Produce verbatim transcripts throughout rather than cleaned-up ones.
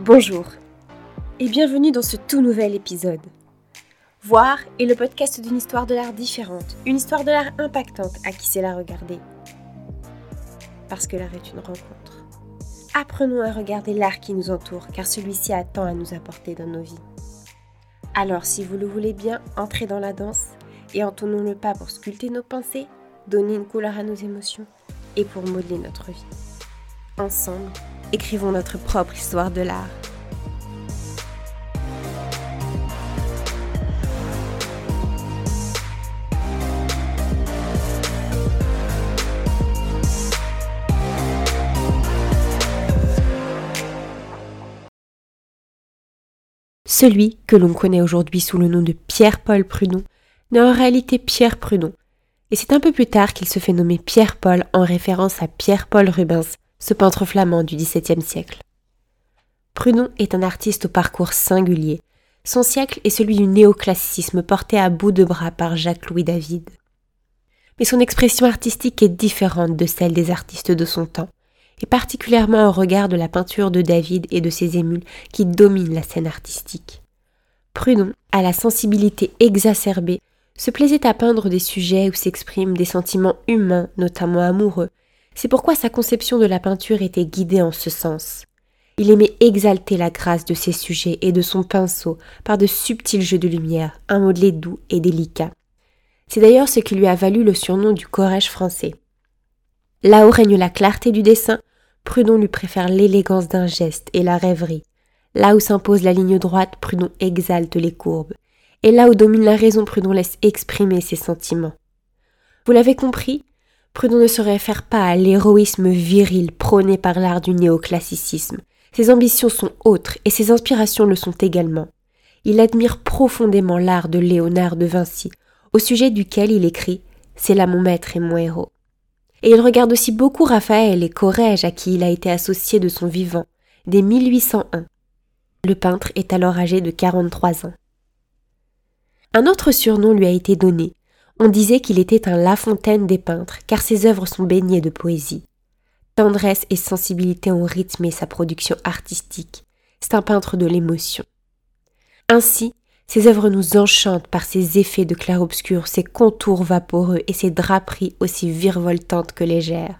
Bonjour et bienvenue dans ce tout nouvel épisode. Voir est le podcast d'une histoire de l'art différente, une histoire de l'art impactante à qui sait la regarder. Parce que l'art est une rencontre. Apprenons à regarder l'art qui nous entoure car celui-ci a tant à nous apporter dans nos vies. Alors si vous le voulez bien, entrez dans la danse et entonnons le pas pour sculpter nos pensées, donner une couleur à nos émotions et pour modeler notre vie. Ensemble, écrivons notre propre histoire de l'art. Celui que l'on connaît aujourd'hui sous le nom de Pierre-Paul Prudhon n'est en réalité Pierre Prudhon, et c'est un peu plus tard qu'il se fait nommer Pierre-Paul en référence à Pierre-Paul Rubens, ce peintre flamand du dix-septième siècle. Prudhon est un artiste au parcours singulier. Son siècle est celui du néoclassicisme porté à bout de bras par Jacques-Louis David. Mais son expression artistique est différente de celle des artistes de son temps, et particulièrement au regard de la peinture de David et de ses émules qui dominent la scène artistique. Prudhon, à la sensibilité exacerbée, se plaisait à peindre des sujets où s'expriment des sentiments humains, notamment amoureux. C'est pourquoi sa conception de la peinture était guidée en ce sens. Il aimait exalter la grâce de ses sujets et de son pinceau par de subtils jeux de lumière, un modelé doux et délicat. C'est d'ailleurs ce qui lui a valu le surnom du Corrège français. Là où règne la clarté du dessin, Prudhon lui préfère l'élégance d'un geste et la rêverie. Là où s'impose la ligne droite, Prudhon exalte les courbes. Et là où domine la raison, Prudhon laisse exprimer ses sentiments. Vous l'avez compris, Prudhon ne se réfère pas à l'héroïsme viril prôné par l'art du néoclassicisme. Ses ambitions sont autres et ses inspirations le sont également. Il admire profondément l'art de Léonard de Vinci, au sujet duquel il écrit « C'est là mon maître et mon héros ». Et il regarde aussi beaucoup Raphaël et Corrège à qui il a été associé de son vivant, dès mille huit cent un. Le peintre est alors âgé de quarante-trois ans. Un autre surnom lui a été donné. On disait qu'il était un La Fontaine des peintres, car ses œuvres sont baignées de poésie. Tendresse et sensibilité ont rythmé sa production artistique. C'est un peintre de l'émotion. Ainsi, ses œuvres nous enchantent par ses effets de clair-obscur, ses contours vaporeux et ses draperies aussi virevoltantes que légères.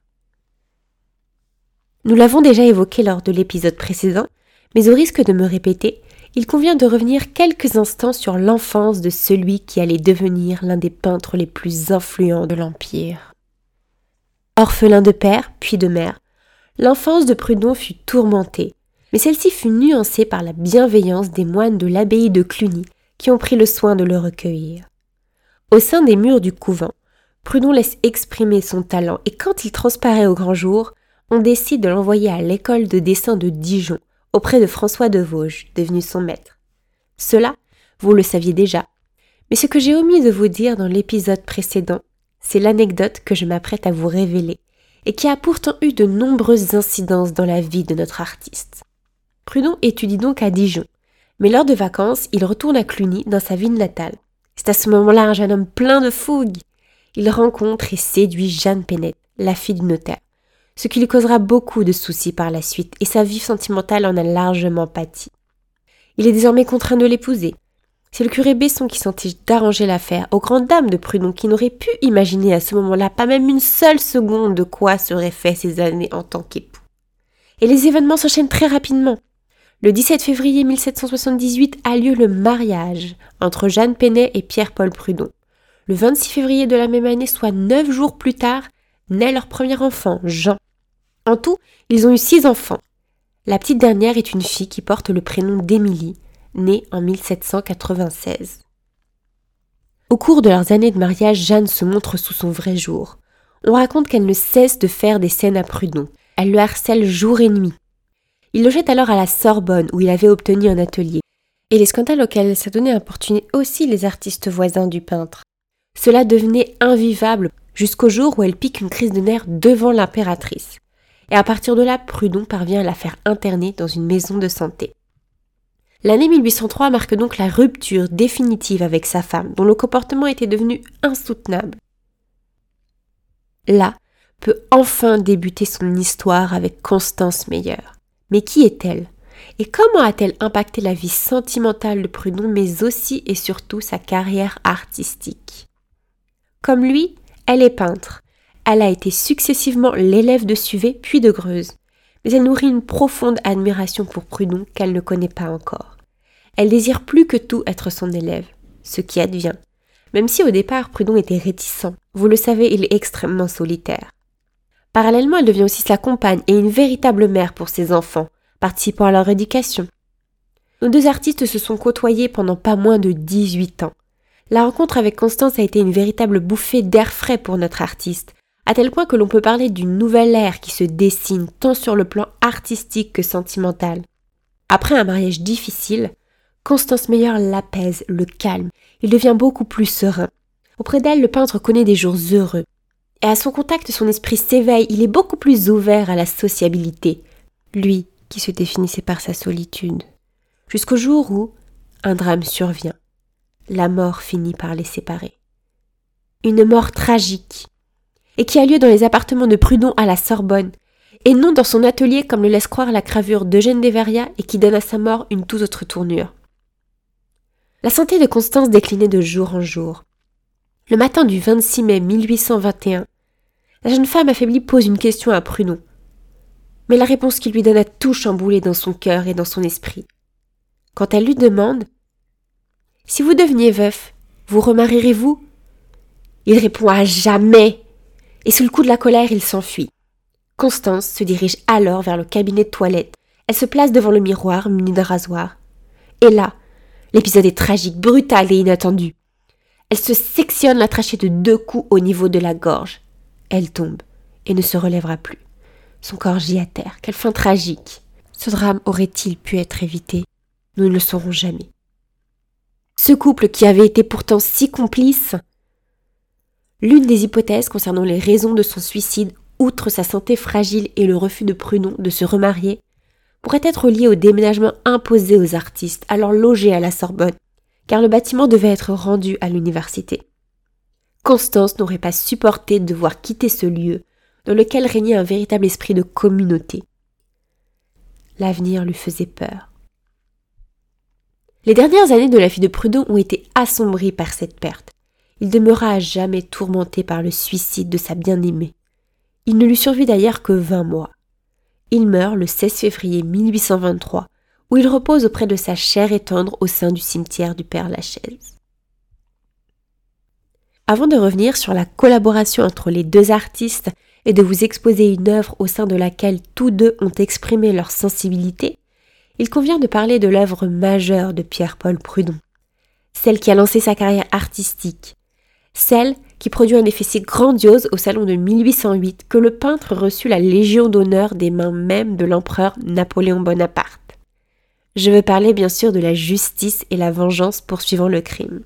Nous l'avons déjà évoqué lors de l'épisode précédent, mais au risque de me répéter, il convient de revenir quelques instants sur l'enfance de celui qui allait devenir l'un des peintres les plus influents de l'Empire. Orphelin de père, puis de mère, l'enfance de Prudhon fut tourmentée, mais celle-ci fut nuancée par la bienveillance des moines de l'abbaye de Cluny qui ont pris le soin de le recueillir. Au sein des murs du couvent, Prudhon laisse exprimer son talent et quand il transparaît au grand jour, on décide de l'envoyer à l'école de dessin de Dijon, auprès de François de Vosges, devenu son maître. Cela, vous le saviez déjà, mais ce que j'ai omis de vous dire dans l'épisode précédent, c'est l'anecdote que je m'apprête à vous révéler et qui a pourtant eu de nombreuses incidences dans la vie de notre artiste. Prudhon étudie donc à Dijon, mais lors de vacances, il retourne à Cluny dans sa ville natale. C'est à ce moment-là un jeune homme plein de fougue. Il rencontre et séduit Jeanne Pénette, la fille du notaire, ce qui lui causera beaucoup de soucis par la suite et sa vie sentimentale en a largement pâti. Il est désormais contraint de l'épouser. C'est le curé Besson qui s'entiche d'arranger l'affaire, aux grandes dames de Prudhon qui n'auraient pu imaginer à ce moment-là pas même une seule seconde de quoi seraient fait ces années en tant qu'époux. Et les événements s'enchaînent très rapidement. Le dix-sept février mille sept cent soixante-dix-huit a lieu le mariage entre Jeanne Pénette et Pierre-Paul Prudhon. Le vingt-six février de la même année, soit neuf jours plus tard, naît leur premier enfant, Jean. En tout, ils ont eu six enfants. La petite dernière est une fille qui porte le prénom d'Émilie, née en mille sept cent quatre-vingt-seize. Au cours de leurs années de mariage, Jeanne se montre sous son vrai jour. On raconte qu'elle ne cesse de faire des scènes à Prudhon. Elle le harcèle jour et nuit. Il le jette alors à la Sorbonne où il avait obtenu un atelier. Et les scandales auxquels s'adonnait importunaient aussi les artistes voisins du peintre. Cela devenait invivable jusqu'au jour où elle pique une crise de nerfs devant l'impératrice. Et à partir de là, Prudhon parvient à la faire interner dans une maison de santé. L'année mille huit cent trois marque donc la rupture définitive avec sa femme, dont le comportement était devenu insoutenable. Là peut enfin débuter son histoire avec Constance Meyer. Mais qui est-elle ? et comment a-t-elle impacté la vie sentimentale de Prudhon, mais aussi et surtout sa carrière artistique. Comme lui, elle est peintre. Elle a été successivement l'élève de Suvet puis de Greuze, mais elle nourrit une profonde admiration pour Prudhon qu'elle ne connaît pas encore. Elle désire plus que tout être son élève, ce qui advient, même si au départ Prudhon était réticent. Vous le savez, il est extrêmement solitaire. Parallèlement, elle devient aussi sa compagne et une véritable mère pour ses enfants, participant à leur éducation. Nos deux artistes se sont côtoyés pendant pas moins de dix-huit ans. La rencontre avec Constance a été une véritable bouffée d'air frais pour notre artiste, à tel point que l'on peut parler d'une nouvelle ère qui se dessine tant sur le plan artistique que sentimental. Après un mariage difficile, Constance Meyer l'apaise, le calme, il devient beaucoup plus serein. Auprès d'elle, le peintre connaît des jours heureux. Et à son contact, son esprit s'éveille, il est beaucoup plus ouvert à la sociabilité. Lui, qui se définissait par sa solitude. Jusqu'au jour où un drame survient. La mort finit par les séparer. Une mort tragique, et qui a lieu dans les appartements de Prudhon à la Sorbonne, et non dans son atelier comme le laisse croire la gravure d'Eugène Deveria et qui donne à sa mort une toute autre tournure. La santé de Constance déclinait de jour en jour. Le matin du vingt-six mai mille huit cent vingt et un, la jeune femme affaiblie pose une question à Prudhon. Mais la réponse qu'il lui donne a tout chamboulé dans son cœur et dans son esprit. Quand elle lui demande « Si vous deveniez veuf, vous remarieriez-vous » il répond à « jamais » et sous le coup de la colère, il s'enfuit. Constance se dirige alors vers le cabinet de toilette. Elle se place devant le miroir munie d'un rasoir. Et là, l'épisode est tragique, brutal et inattendu. Elle se sectionne la trachée de deux coups au niveau de la gorge. Elle tombe et ne se relèvera plus. Son corps gît à terre. Quelle fin tragique. Ce drame aurait-il pu être évité? Nous ne le saurons jamais. Ce couple qui avait été pourtant si complice. L'une des hypothèses concernant les raisons de son suicide, outre sa santé fragile et le refus de Prudhon de se remarier, pourrait être liée au déménagement imposé aux artistes alors logés à la Sorbonne, car le bâtiment devait être rendu à l'université. Constance n'aurait pas supporté de devoir quitter ce lieu dans lequel régnait un véritable esprit de communauté. L'avenir lui faisait peur. Les dernières années de la vie de Prudhon ont été assombries par cette perte. Il demeura à jamais tourmenté par le suicide de sa bien-aimée. Il ne lui survit d'ailleurs que vingt mois. Il meurt le seize février mille huit cent vingt-trois, où il repose auprès de sa chair et tendre au sein du cimetière du Père-Lachaise. Avant de revenir sur la collaboration entre les deux artistes et de vous exposer une œuvre au sein de laquelle tous deux ont exprimé leur sensibilité, il convient de parler de l'œuvre majeure de Pierre-Paul Prudhon, celle qui a lancé sa carrière artistique, celle qui produit un effet si grandiose au salon de mille huit cent huit que le peintre reçut la Légion d'honneur des mains même de l'empereur Napoléon Bonaparte. Je veux parler bien sûr de la justice et la vengeance poursuivant le crime.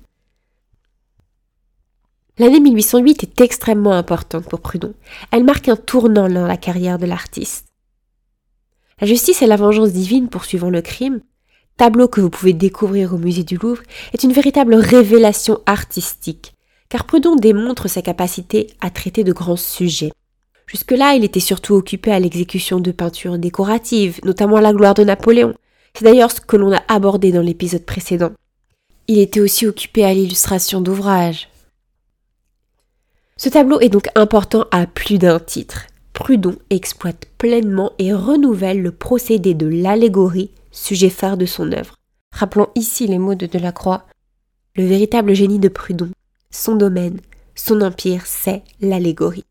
L'année mille huit cent huit est extrêmement importante pour Prudhon. Elle marque un tournant dans la carrière de l'artiste. La justice et la vengeance divine poursuivant le crime, tableau que vous pouvez découvrir au musée du Louvre, est une véritable révélation artistique, car Prudhon démontre sa capacité à traiter de grands sujets. Jusque-là, il était surtout occupé à l'exécution de peintures décoratives, notamment à la gloire de Napoléon. C'est d'ailleurs ce que l'on a abordé dans l'épisode précédent. Il était aussi occupé à l'illustration d'ouvrages. Ce tableau est donc important à plus d'un titre. Prudhon exploite pleinement et renouvelle le procédé de l'allégorie, sujet phare de son œuvre. Rappelons ici les mots de Delacroix. Le véritable génie de Prudhon, son domaine, son empire, c'est l'allégorie.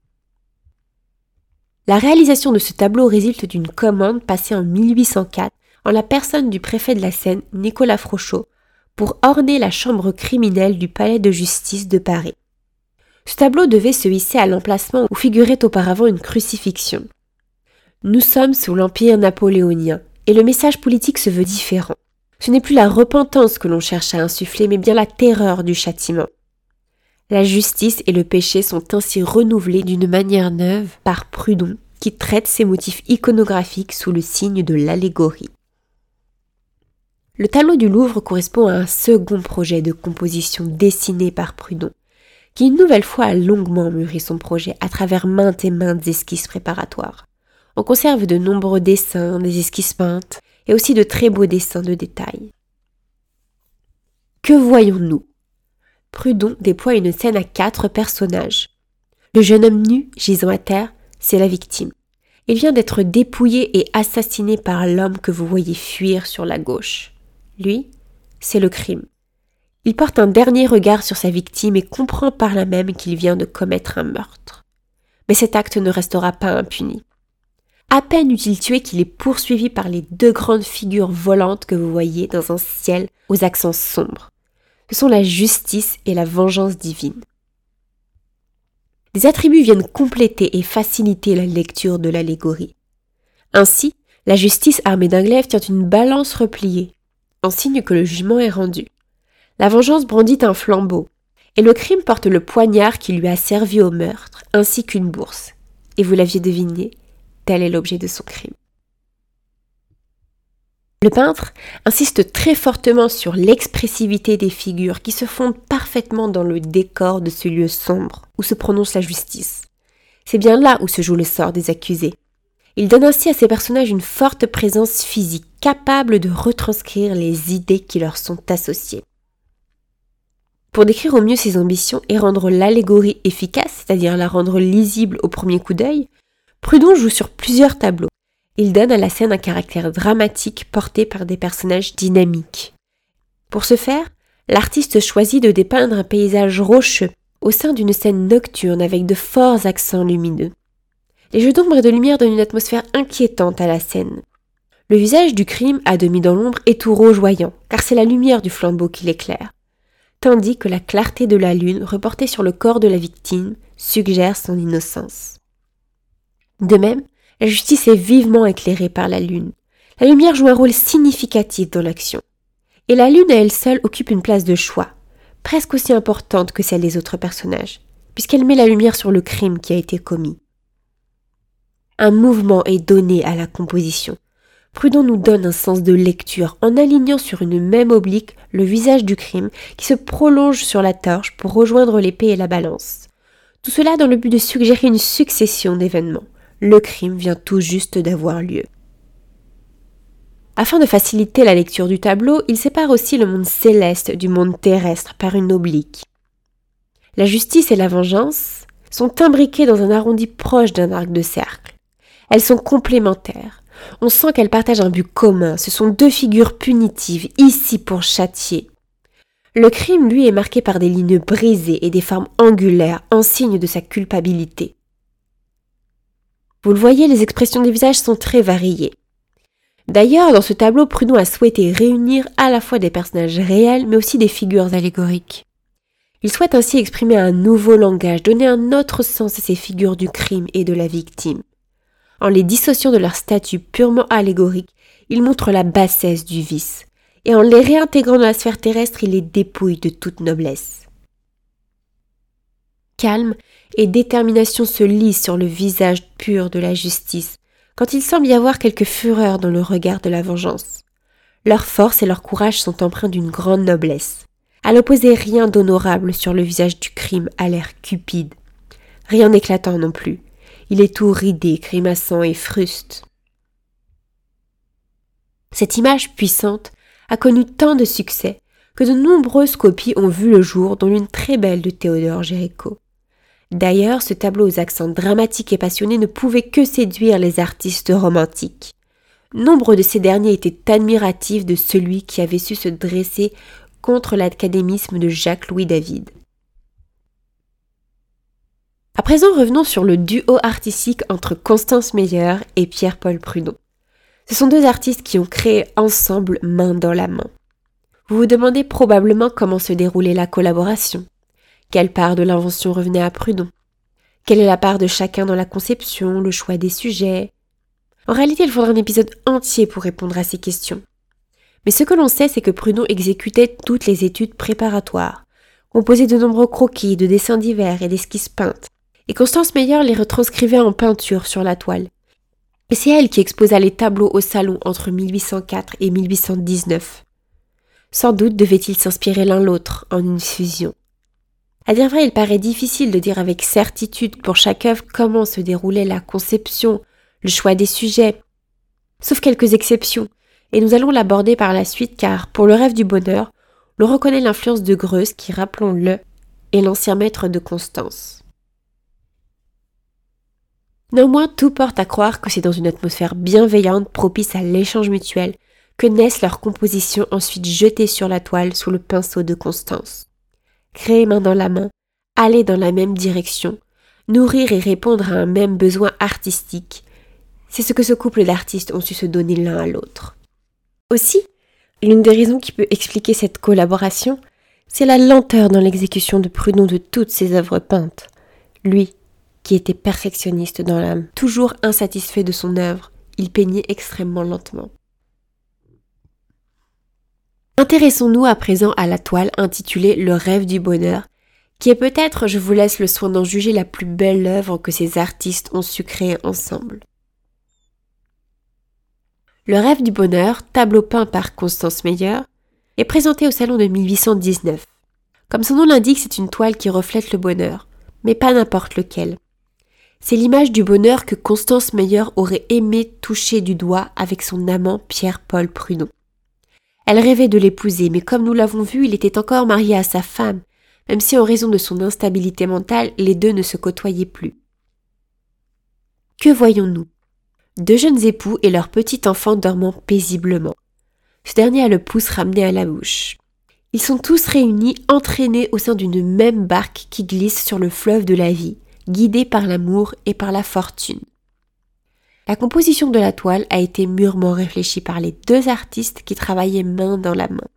La réalisation de ce tableau résulte d'une commande passée en mille huit cent quatre en la personne du préfet de la Seine, Nicolas Frochot, pour orner la chambre criminelle du palais de justice de Paris. Ce tableau devait se hisser à l'emplacement où figurait auparavant une crucifixion. Nous sommes sous l'empire napoléonien, et le message politique se veut différent. Ce n'est plus la repentance que l'on cherche à insuffler, mais bien la terreur du châtiment. La justice et le péché sont ainsi renouvelés d'une manière neuve par Prudhon, qui traite ces motifs iconographiques sous le signe de l'allégorie. Le tableau du Louvre correspond à un second projet de composition dessiné par Prudhon, qui une nouvelle fois a longuement mûri son projet à travers maintes et maintes esquisses préparatoires. On conserve de nombreux dessins, des esquisses peintes, et aussi de très beaux dessins de détails. Que voyons-nous ? Prudhon déploie une scène à quatre personnages. Le jeune homme nu, gisant à terre, c'est la victime. Il vient d'être dépouillé et assassiné par l'homme que vous voyez fuir sur la gauche. Lui, c'est le crime. Il porte un dernier regard sur sa victime et comprend par là même qu'il vient de commettre un meurtre. Mais cet acte ne restera pas impuni. À peine eut-il tué qu'il est poursuivi par les deux grandes figures volantes que vous voyez dans un ciel aux accents sombres. Ce sont la justice et la vengeance divine. Des attributs viennent compléter et faciliter la lecture de l'allégorie. Ainsi, la justice armée d'un glaive tient une balance repliée, en signe que le jugement est rendu. La vengeance brandit un flambeau, et le crime porte le poignard qui lui a servi au meurtre, ainsi qu'une bourse. Et vous l'aviez deviné, tel est l'objet de son crime. Le peintre insiste très fortement sur l'expressivité des figures qui se fondent parfaitement dans le décor de ce lieu sombre où se prononce la justice. C'est bien là où se joue le sort des accusés. Il donne ainsi à ces personnages une forte présence physique capable de retranscrire les idées qui leur sont associées. Pour décrire au mieux ses ambitions et rendre l'allégorie efficace, c'est-à-dire la rendre lisible au premier coup d'œil, Prudhon joue sur plusieurs tableaux. Il donne à la scène un caractère dramatique porté par des personnages dynamiques. Pour ce faire, l'artiste choisit de dépeindre un paysage rocheux au sein d'une scène nocturne avec de forts accents lumineux. Les jeux d'ombre et de lumière donnent une atmosphère inquiétante à la scène. Le visage du crime, à demi dans l'ombre, est tout rougeoyant, car c'est la lumière du flambeau qui l'éclaire, tandis que la clarté de la lune, reportée sur le corps de la victime, suggère son innocence. De même, la justice est vivement éclairée par la lune. La lumière joue un rôle significatif dans l'action. Et la lune à elle seule occupe une place de choix, presque aussi importante que celle des autres personnages, puisqu'elle met la lumière sur le crime qui a été commis. Un mouvement est donné à la composition. Prudhon nous donne un sens de lecture en alignant sur une même oblique le visage du crime qui se prolonge sur la torche pour rejoindre l'épée et la balance. Tout cela dans le but de suggérer une succession d'événements. Le crime vient tout juste d'avoir lieu. Afin de faciliter la lecture du tableau, il sépare aussi le monde céleste du monde terrestre par une oblique. La justice et la vengeance sont imbriquées dans un arrondi proche d'un arc de cercle. Elles sont complémentaires. On sent qu'elles partagent un but commun. Ce sont deux figures punitives, ici pour châtier. Le crime, lui, est marqué par des lignes brisées et des formes angulaires, en signe de sa culpabilité. Vous le voyez, les expressions des visages sont très variées. D'ailleurs, dans ce tableau, Prudhon a souhaité réunir à la fois des personnages réels, mais aussi des figures allégoriques. Il souhaite ainsi exprimer un nouveau langage, donner un autre sens à ces figures du crime et de la victime. En les dissociant de leur statut purement allégorique, il montre la bassesse du vice, et en les réintégrant dans la sphère terrestre, il les dépouille de toute noblesse. Calme et détermination se lisent sur le visage pur de la justice, quand il semble y avoir quelque fureur dans le regard de la vengeance. Leur force et leur courage sont empreints d'une grande noblesse. À l'opposé, rien d'honorable sur le visage du crime à l'air cupide. Rien d'éclatant non plus. Il est tout ridé, grimaçant et fruste. Cette image puissante a connu tant de succès que de nombreuses copies ont vu le jour, dont l'une très belle de Théodore Géricault. D'ailleurs, ce tableau aux accents dramatiques et passionnés ne pouvait que séduire les artistes romantiques. Nombre de ces derniers étaient admiratifs de celui qui avait su se dresser contre l'académisme de Jacques-Louis David. À présent, revenons sur le duo artistique entre Constance Meyer et Pierre-Paul Prudhon. Ce sont deux artistes qui ont créé ensemble main dans la main. Vous vous demandez probablement comment se déroulait la collaboration. Quelle part de l'invention revenait à Prudhon? Quelle est la part de chacun dans la conception, le choix des sujets? En réalité, il faudra un épisode entier pour répondre à ces questions. Mais ce que l'on sait, c'est que Prudhon exécutait toutes les études préparatoires, composées de nombreux croquis, de dessins divers et d'esquisses peintes. Et Constance Meyer les retranscrivait en peinture sur la toile. Et c'est elle qui exposa les tableaux au salon entre mille huit cent quatre et mille huit cent dix-neuf. Sans doute devaient-ils s'inspirer l'un l'autre en une fusion. À dire vrai, il paraît difficile de dire avec certitude pour chaque œuvre comment se déroulait la conception, le choix des sujets. Sauf quelques exceptions, Et nous allons l'aborder par la suite car, pour le rêve du bonheur, l'on reconnaît l'influence de Greuze qui, rappelons-le, est l'ancien maître de Constance. Néanmoins, tout porte à croire que c'est dans une atmosphère bienveillante propice à l'échange mutuel que naissent leurs compositions ensuite jetées sur la toile sous le pinceau de Constance. Créer main dans la main, aller dans la même direction, nourrir et répondre à un même besoin artistique, c'est ce que ce couple d'artistes ont su se donner l'un à l'autre. Aussi, l'une des raisons qui peut expliquer cette collaboration, c'est la lenteur dans l'exécution de Prudhon de toutes ses œuvres peintes. Lui, qui était perfectionniste dans l'âme, toujours insatisfait de son œuvre, il peignait extrêmement lentement. Intéressons-nous à présent à la toile intitulée « Le rêve du bonheur », qui est peut-être, je vous laisse le soin d'en juger, la plus belle œuvre que ces artistes ont su créer ensemble. Le rêve du bonheur, tableau peint par Constance Meyer, est présenté au salon de mille huit cent dix-neuf. Comme son nom l'indique, c'est une toile qui reflète le bonheur, mais pas n'importe lequel. C'est l'image du bonheur que Constance Meyer aurait aimé toucher du doigt avec son amant Pierre-Paul Prudhon. Elle rêvait de l'épouser, mais comme nous l'avons vu, il était encore marié à sa femme, même si en raison de son instabilité mentale, les deux ne se côtoyaient plus. Que voyons-nous ? Deux jeunes époux et leur petit enfant dormant paisiblement. Ce dernier a le pouce ramené à la bouche. Ils sont tous réunis, entraînés au sein d'une même barque qui glisse sur le fleuve de la vie, guidés par l'amour et par la fortune. La composition de la toile a été mûrement réfléchie par les deux artistes qui travaillaient main dans la main.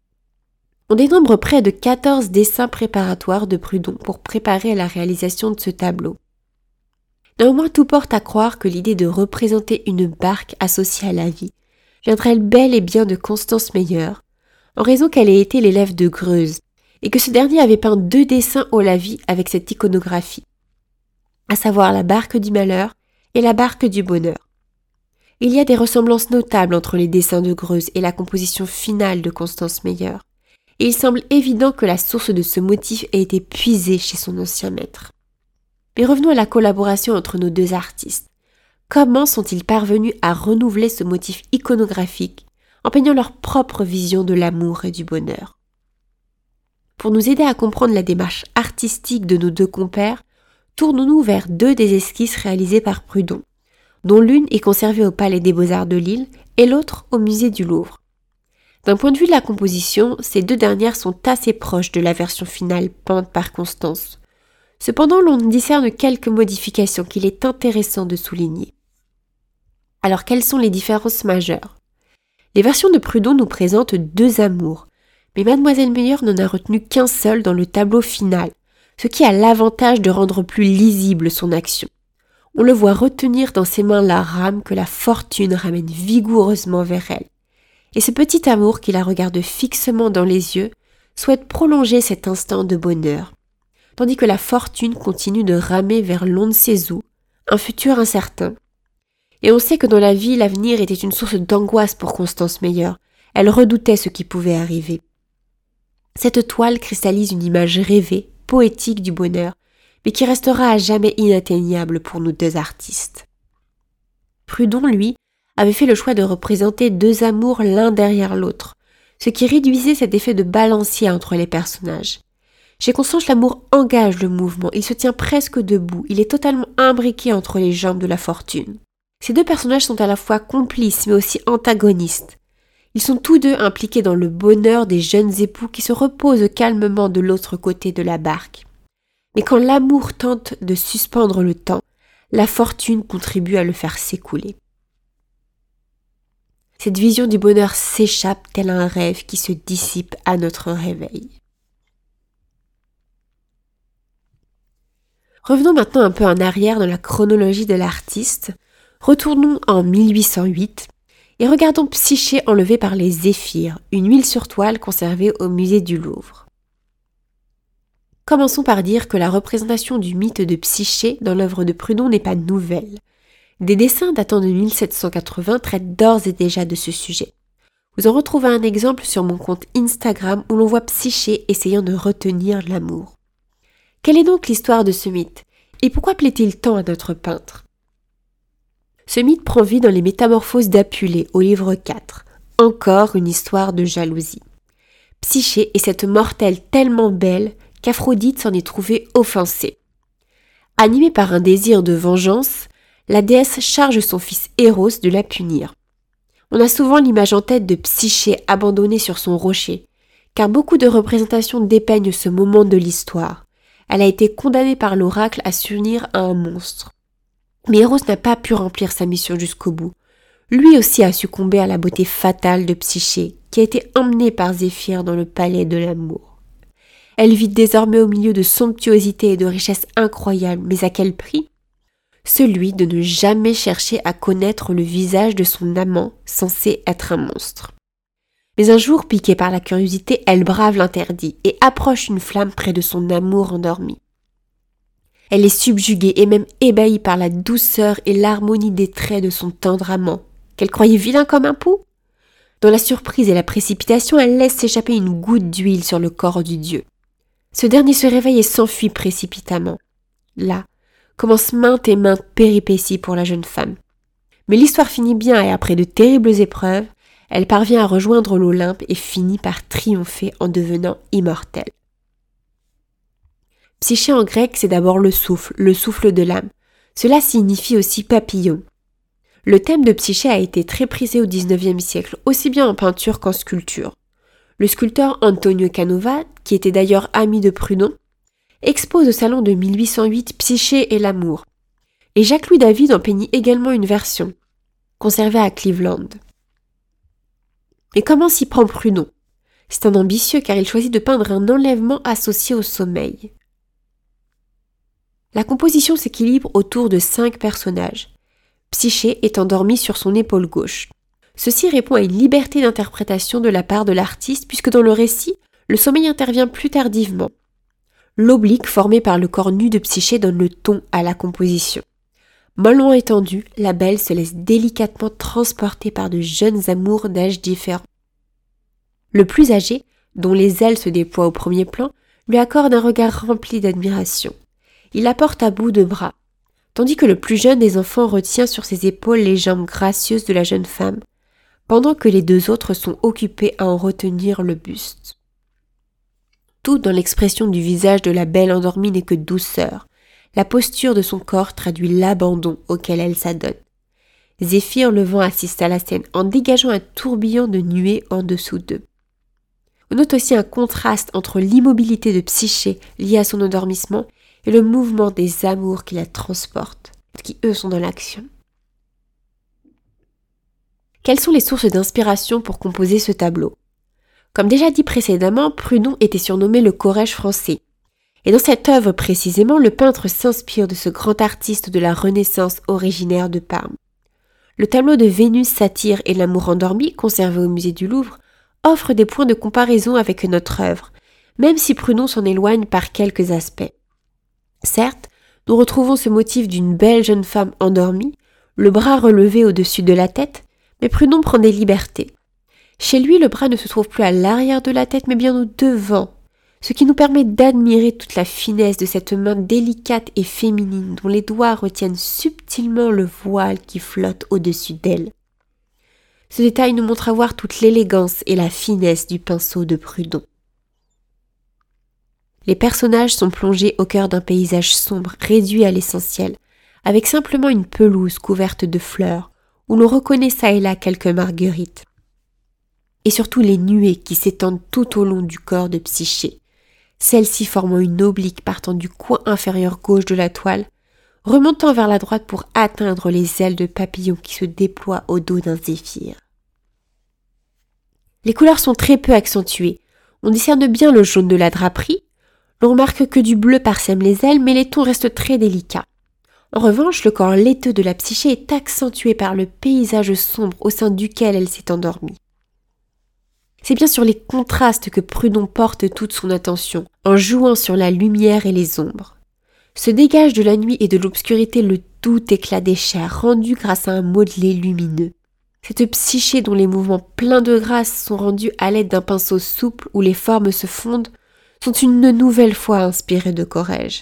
On dénombre près de quatorze dessins préparatoires de Prudhon pour préparer la réalisation de ce tableau. Néanmoins, tout porte à croire que l'idée de représenter une barque associée à la vie viendrait bel et bien de Constance Meyer, en raison qu'elle ait été l'élève de Greuze, et que ce dernier avait peint deux dessins au lavis avec cette iconographie, à savoir la barque du malheur et la barque du bonheur. Il y a des ressemblances notables entre les dessins de Greuze et la composition finale de Constance Meyer, et il semble évident que la source de ce motif ait été puisée chez son ancien maître. Mais revenons à la collaboration entre nos deux artistes. Comment sont-ils parvenus à renouveler ce motif iconographique en peignant leur propre vision de l'amour et du bonheur ? Pour nous aider à comprendre la démarche artistique de nos deux compères, tournons-nous vers deux des esquisses réalisées par Prudhon, dont l'une est conservée au Palais des Beaux-Arts de Lille et l'autre au Musée du Louvre. D'un point de vue de la composition, ces deux dernières sont assez proches de la version finale peinte par Constance. Cependant, l'on discerne quelques modifications qu'il est intéressant de souligner. Alors, quelles sont les différences majeures ? Les versions de Prudhon nous présentent deux amours, mais Mademoiselle Meyer n'en a retenu qu'un seul dans le tableau final, ce qui a l'avantage de rendre plus lisible son action. On le voit retenir dans ses mains la rame que la fortune ramène vigoureusement vers elle. Et ce petit amour qui la regarde fixement dans les yeux souhaite prolonger cet instant de bonheur, tandis que la fortune continue de ramer vers l'on ne sait où, un futur incertain. Et on sait que dans la vie, l'avenir était une source d'angoisse pour Constance Meyer. Elle redoutait ce qui pouvait arriver. Cette toile cristallise une image rêvée, poétique du bonheur, mais qui restera à jamais inatteignable pour nos deux artistes. Prudhon, lui, avait fait le choix de représenter deux amours l'un derrière l'autre, ce qui réduisait cet effet de balancier entre les personnages. Chez Constance, l'amour engage le mouvement, il se tient presque debout, il est totalement imbriqué entre les jambes de la fortune. Ces deux personnages sont à la fois complices mais aussi antagonistes. Ils sont tous deux impliqués dans le bonheur des jeunes époux qui se reposent calmement de l'autre côté de la barque. Mais quand l'amour tente de suspendre le temps, la fortune contribue à le faire s'écouler. Cette vision du bonheur s'échappe tel un rêve qui se dissipe à notre réveil. Revenons maintenant un peu en arrière dans la chronologie de l'artiste. Retournons en mille huit cent huit et regardons Psyché enlevée par les zéphyrs, une huile sur toile conservée au musée du Louvre. Commençons par dire que la représentation du mythe de Psyché dans l'œuvre de Prudhon n'est pas nouvelle. Des dessins datant de mille sept cent quatre-vingts traitent d'ores et déjà de ce sujet. Vous en retrouvez un exemple sur mon compte Instagram où l'on voit Psyché essayant de retenir l'amour. Quelle est donc l'histoire de ce mythe ? Et pourquoi plaît-il tant à notre peintre ? Ce mythe prend vie dans les Métamorphoses d'Apulée, au livre quatre, encore une histoire de jalousie. Psyché est cette mortelle tellement belle qu'Aphrodite s'en est trouvée offensée. Animée par un désir de vengeance, la déesse charge son fils Éros de la punir. On a souvent l'image en tête de Psyché abandonnée sur son rocher, car beaucoup de représentations dépeignent ce moment de l'histoire. Elle a été condamnée par l'oracle à s'unir à un monstre. Mais Éros n'a pas pu remplir sa mission jusqu'au bout. Lui aussi a succombé à la beauté fatale de Psyché, qui a été emmenée par Zéphyr dans le palais de l'amour. Elle vit désormais au milieu de somptuosité et de richesses incroyables, mais à quel prix ? Celui de ne jamais chercher à connaître le visage de son amant, censé être un monstre. Mais un jour, piquée par la curiosité, elle brave l'interdit et approche une flamme près de son amour endormi. Elle est subjuguée et même ébahie par la douceur et l'harmonie des traits de son tendre amant, qu'elle croyait vilain comme un pou. Dans la surprise et la précipitation, elle laisse s'échapper une goutte d'huile sur le corps du dieu. Ce dernier se réveille et s'enfuit précipitamment. Là, commencent maintes et maintes péripéties pour la jeune femme. Mais l'histoire finit bien et après de terribles épreuves, elle parvient à rejoindre l'Olympe et finit par triompher en devenant immortelle. Psyché en grec, c'est d'abord le souffle, le souffle de l'âme. Cela signifie aussi papillon. Le thème de Psyché a été très prisé au dix-neuvième siècle, aussi bien en peinture qu'en sculpture. Le sculpteur Antonio Canova, qui était d'ailleurs ami de Prudhon, expose au salon de mille huit cent huit Psyché et l'amour. Et Jacques-Louis David en peignit également une version, conservée à Cleveland. Mais comment s'y prend Prudhon ? C'est un ambitieux car il choisit de peindre un enlèvement associé au sommeil. La composition s'équilibre autour de cinq personnages. Psyché est endormie sur son épaule gauche. Ceci répond à une liberté d'interprétation de la part de l'artiste puisque dans le récit, le sommeil intervient plus tardivement. L'oblique formé par le corps nu de Psyché donne le ton à la composition. Mollement étendue, la belle se laisse délicatement transporter par de jeunes amours d'âges différents. Le plus âgé, dont les ailes se déploient au premier plan, lui accorde un regard rempli d'admiration. Il la porte à bout de bras, tandis que le plus jeune des enfants retient sur ses épaules les jambes gracieuses de la jeune femme, pendant que les deux autres sont occupés à en retenir le buste. Tout dans l'expression du visage de la belle endormie n'est que douceur. La posture de son corps traduit l'abandon auquel elle s'adonne. Zéphyr le vent assiste à la scène en dégageant un tourbillon de nuées en dessous d'eux. On note aussi un contraste entre l'immobilité de Psyché liée à son endormissement et le mouvement des amours qui la transportent, qui eux sont dans l'action. Quelles sont les sources d'inspiration pour composer ce tableau ? Comme déjà dit précédemment, Prudhon était surnommé le Corrège français. Et dans cette œuvre précisément, le peintre s'inspire de ce grand artiste de la Renaissance originaire de Parme. Le tableau de Vénus, Satyre et l'amour endormi, conservé au musée du Louvre, offre des points de comparaison avec notre œuvre, même si Prudhon s'en éloigne par quelques aspects. Certes, nous retrouvons ce motif d'une belle jeune femme endormie, le bras relevé au-dessus de la tête, mais Prudhon prend des libertés. Chez lui, le bras ne se trouve plus à l'arrière de la tête, mais bien au devant, ce qui nous permet d'admirer toute la finesse de cette main délicate et féminine dont les doigts retiennent subtilement le voile qui flotte au-dessus d'elle. Ce détail nous montre à voir toute l'élégance et la finesse du pinceau de Prudhon. Les personnages sont plongés au cœur d'un paysage sombre, réduit à l'essentiel, avec simplement une pelouse couverte de fleurs, où l'on reconnaît çà et là quelques marguerites. Et surtout les nuées qui s'étendent tout au long du corps de Psyché, celle-ci formant une oblique partant du coin inférieur gauche de la toile, remontant vers la droite pour atteindre les ailes de papillon qui se déploient au dos d'un zéphyr. Les couleurs sont très peu accentuées. On discerne bien le jaune de la draperie, l'on remarque que du bleu parsème les ailes, mais les tons restent très délicats. En revanche, le corps laiteux de la Psyché est accentué par le paysage sombre au sein duquel elle s'est endormie. C'est bien sur les contrastes que Prudhon porte toute son attention, en jouant sur la lumière et les ombres. Se dégage de la nuit et de l'obscurité le doux éclat des chairs, rendu grâce à un modelé lumineux. Cette Psyché dont les mouvements pleins de grâce sont rendus à l'aide d'un pinceau souple où les formes se fondent, sont une nouvelle fois inspirées de Corrège.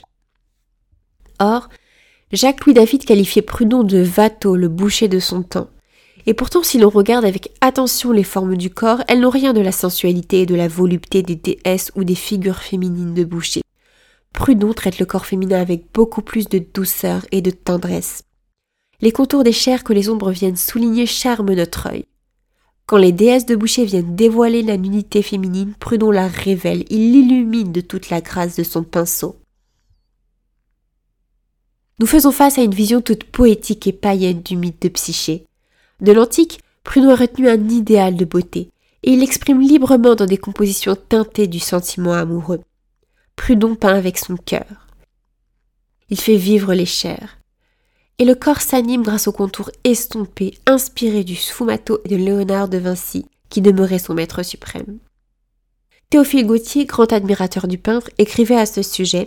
Or, Jacques-Louis David qualifiait Prudhon de Watteau, le boucher de son temps, Et pourtant, si l'on regarde avec attention les formes du corps, elles n'ont rien de la sensualité et de la volupté des déesses ou des figures féminines de Boucher. Prudhon traite le corps féminin avec beaucoup plus de douceur et de tendresse. Les contours des chairs que les ombres viennent souligner charment notre œil. Quand les déesses de Boucher viennent dévoiler la nudité féminine, Prudhon la révèle, il l'illumine de toute la grâce de son pinceau. Nous faisons face à une vision toute poétique et païenne du mythe de Psyché. De l'antique, Prudhon a retenu un idéal de beauté, et il l'exprime librement dans des compositions teintées du sentiment amoureux. Prudhon peint avec son cœur. Il fait vivre les chairs. Et le corps s'anime grâce aux contours estompés, inspirés du sfumato et de Léonard de Vinci, qui demeurait son maître suprême. Théophile Gautier, grand admirateur du peintre, écrivait à ce sujet,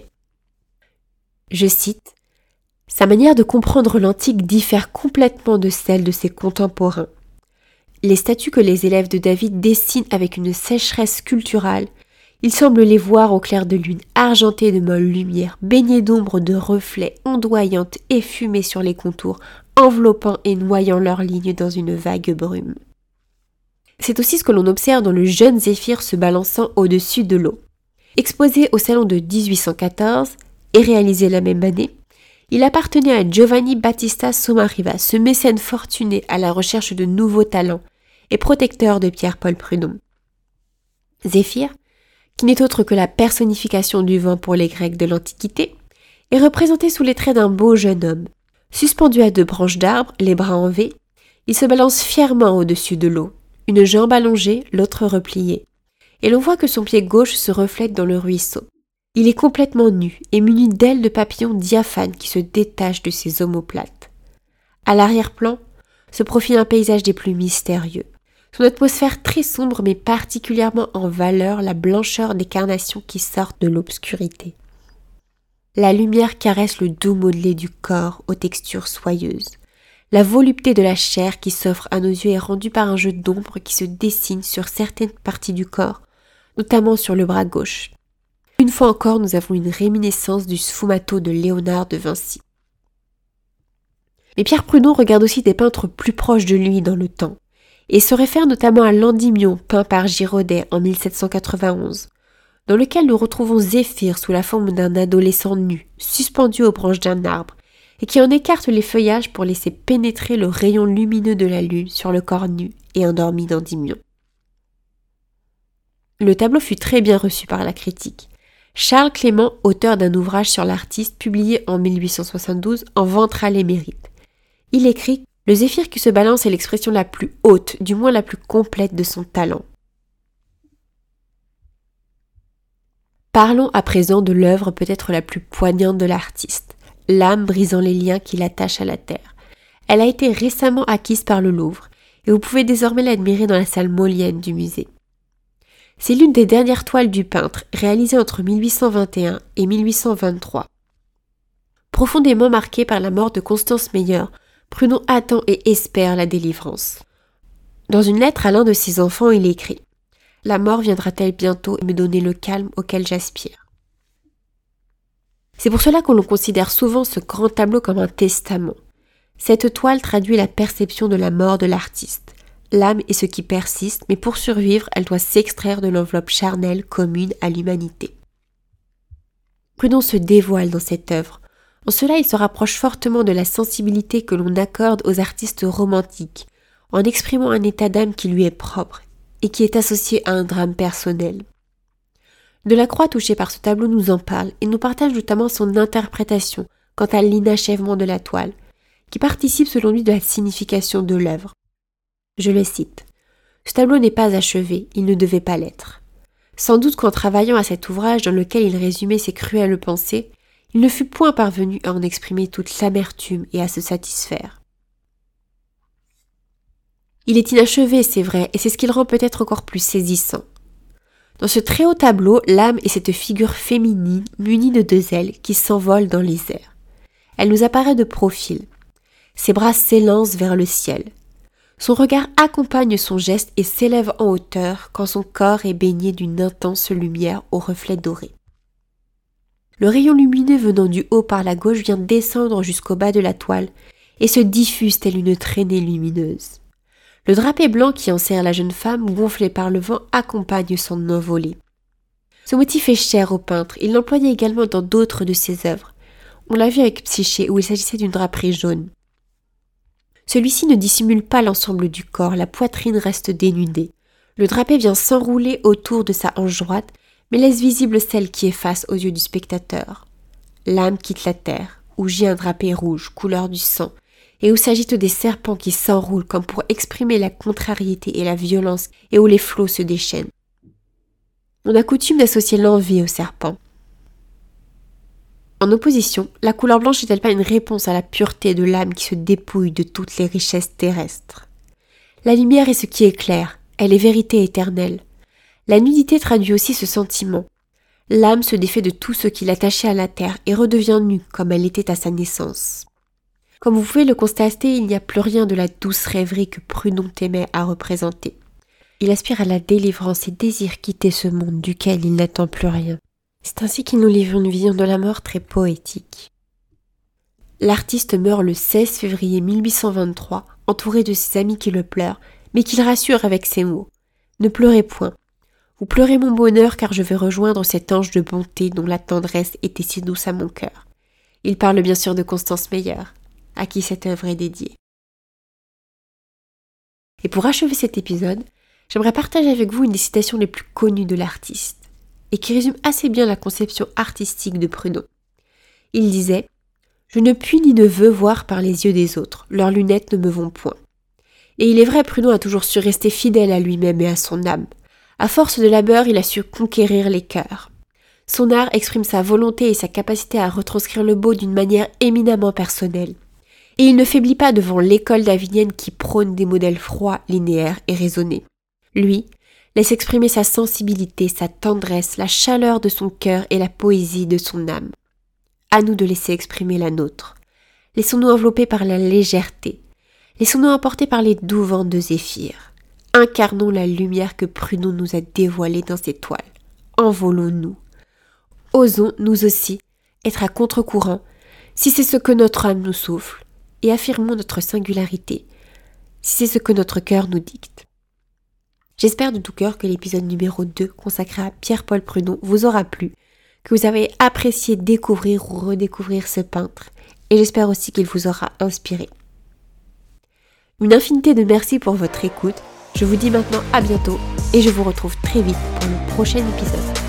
je cite, « Sa manière de comprendre l'antique diffère complètement de celle de ses contemporains. Les statues que les élèves de David dessinent avec une sécheresse sculpturale, il semble les voir au clair de lune, argentées de molles lumières, baignées d'ombres, de reflets, ondoyantes et fumées sur les contours, enveloppant et noyant leurs lignes dans une vague brume. » C'est aussi ce que l'on observe dans le jeune Zéphyr se balançant au-dessus de l'eau. Exposé au salon de dix-huit cent quatorze et réalisé la même année, il appartenait à Giovanni Battista Somariva, ce mécène fortuné à la recherche de nouveaux talents et protecteur de Pierre-Paul Prudhon. Zéphyr, qui n'est autre que la personnification du vent pour les Grecs de l'Antiquité, est représenté sous les traits d'un beau jeune homme. Suspendu à deux branches d'arbre, les bras en V, il se balance fièrement au-dessus de l'eau, une jambe allongée, l'autre repliée, et l'on voit que son pied gauche se reflète dans le ruisseau. Il est complètement nu et muni d'ailes de papillons diaphanes qui se détachent de ses omoplates. À l'arrière-plan, se profile un paysage des plus mystérieux. Son atmosphère très sombre met particulièrement en valeur la blancheur des carnations qui sortent de l'obscurité. La lumière caresse le doux modelé du corps aux textures soyeuses. La volupté de la chair qui s'offre à nos yeux est rendue par un jeu d'ombre qui se dessine sur certaines parties du corps, notamment sur le bras gauche. Une fois encore, nous avons une réminiscence du sfumato de Léonard de Vinci. Mais Pierre Prudhon regarde aussi des peintres plus proches de lui dans le temps, et se réfère notamment à l'Endymion peint par Girodet en mille sept cent quatre-vingt-onze, dans lequel nous retrouvons Zéphyr sous la forme d'un adolescent nu, suspendu aux branches d'un arbre, et qui en écarte les feuillages pour laisser pénétrer le rayon lumineux de la lune sur le corps nu et endormi d'Endymion. Le tableau fut très bien reçu par la critique. Charles Clément, auteur d'un ouvrage sur l'artiste publié en mille huit cent soixante-douze, en vantera les mérites. Il écrit « Le Zéphyr qui se balance est l'expression la plus haute, du moins la plus complète de son talent. » Parlons à présent de l'œuvre peut-être la plus poignante de l'artiste, l'âme brisant les liens qui l'attachent à la terre. Elle a été récemment acquise par le Louvre, et vous pouvez désormais l'admirer dans la salle Molienne du musée. C'est l'une des dernières toiles du peintre, réalisée entre mille huit cent vingt et un et mille huit cent vingt-trois. Profondément marqué par la mort de Constance Meyer, Prudhon attend et espère la délivrance. Dans une lettre à l'un de ses enfants, il écrit « La mort viendra-t-elle bientôt me donner le calme auquel j'aspire ?» C'est pour cela qu'on considère souvent ce grand tableau comme un testament. Cette toile traduit la perception de la mort de l'artiste. L'âme est ce qui persiste, mais pour survivre, elle doit s'extraire de l'enveloppe charnelle commune à l'humanité. Prudhon se dévoile dans cette œuvre. En cela, il se rapproche fortement de la sensibilité que l'on accorde aux artistes romantiques, en exprimant un état d'âme qui lui est propre et qui est associé à un drame personnel. Delacroix, touché par ce tableau, nous en parle et nous partage notamment son interprétation quant à l'inachèvement de la toile, qui participe selon lui de la signification de l'œuvre. Je le cite. « Ce tableau n'est pas achevé, il ne devait pas l'être. Sans doute qu'en travaillant à cet ouvrage dans lequel il résumait ses cruelles pensées, il ne fut point parvenu à en exprimer toute l'amertume et à se satisfaire. Il est inachevé, c'est vrai, et c'est ce qui le rend peut-être encore plus saisissant. Dans ce très haut tableau, l'âme est cette figure féminine munie de deux ailes qui s'envole dans les airs. Elle nous apparaît de profil. Ses bras s'élancent vers le ciel. Son regard accompagne son geste et s'élève en hauteur quand son corps est baigné d'une intense lumière aux reflets dorés. Le rayon lumineux venant du haut par la gauche vient descendre jusqu'au bas de la toile et se diffuse telle une traînée lumineuse. Le drapé blanc qui enserre la jeune femme, gonflé par le vent, accompagne son envolée. Ce motif est cher au peintre, il l'employait également dans d'autres de ses œuvres. On l'a vu avec Psyché où il s'agissait d'une draperie jaune. Celui-ci ne dissimule pas l'ensemble du corps, la poitrine reste dénudée. Le drapé vient s'enrouler autour de sa hanche droite, mais laisse visible celle qui est face aux yeux du spectateur. L'âme quitte la terre, où gît un drapé rouge, couleur du sang, et où s'agitent des serpents qui s'enroulent comme pour exprimer la contrariété et la violence, et où les flots se déchaînent. On a coutume d'associer l'envie au serpent. En opposition, la couleur blanche n'est-elle pas une réponse à la pureté de l'âme qui se dépouille de toutes les richesses terrestres? La lumière est ce qui éclaire, elle est vérité éternelle. La nudité traduit aussi ce sentiment. L'âme se défait de tout ce qui l'attachait à la terre et redevient nue comme elle était à sa naissance. Comme vous pouvez le constater, il n'y a plus rien de la douce rêverie que Prudhon aimait à représenter. Il aspire à la délivrance et désire quitter ce monde duquel il n'attend plus rien. C'est ainsi qu'il nous livre une vision de la mort très poétique. L'artiste meurt le seize février mille huit cent vingt-trois, entouré de ses amis qui le pleurent, mais qu'il rassure avec ces mots. « Ne pleurez point. Vous pleurez mon bonheur car je vais rejoindre cet ange de bonté dont la tendresse était si douce à mon cœur. » Il parle bien sûr de Constance Meyer, à qui cette œuvre est dédiée. Et pour achever cet épisode, j'aimerais partager avec vous une des citations les plus connues de l'artiste, et qui résume assez bien la conception artistique de Prudhon. Il disait « Je ne puis ni ne veux voir par les yeux des autres, leurs lunettes ne me vont point. » Et il est vrai, Prudhon a toujours su rester fidèle à lui-même et à son âme. À force de labeur, il a su conquérir les cœurs. Son art exprime sa volonté et sa capacité à retranscrire le beau d'une manière éminemment personnelle. Et il ne faiblit pas devant l'école davinienne qui prône des modèles froids, linéaires et raisonnés. Lui laisse exprimer sa sensibilité, sa tendresse, la chaleur de son cœur et la poésie de son âme. À nous de laisser exprimer la nôtre. Laissons-nous envelopper par la légèreté. Laissons-nous emporter par les doux vents de Zéphyr. Incarnons la lumière que Prudhon nous a dévoilée dans ses toiles. Envolons-nous. Osons, nous aussi, être à contre-courant, si c'est ce que notre âme nous souffle, et affirmons notre singularité, si c'est ce que notre cœur nous dicte. J'espère de tout cœur que l'épisode numéro deux consacré à Pierre-Paul Prudhon vous aura plu, que vous avez apprécié découvrir ou redécouvrir ce peintre, et j'espère aussi qu'il vous aura inspiré. Une infinité de merci pour votre écoute, je vous dis maintenant à bientôt, et je vous retrouve très vite pour le prochain épisode.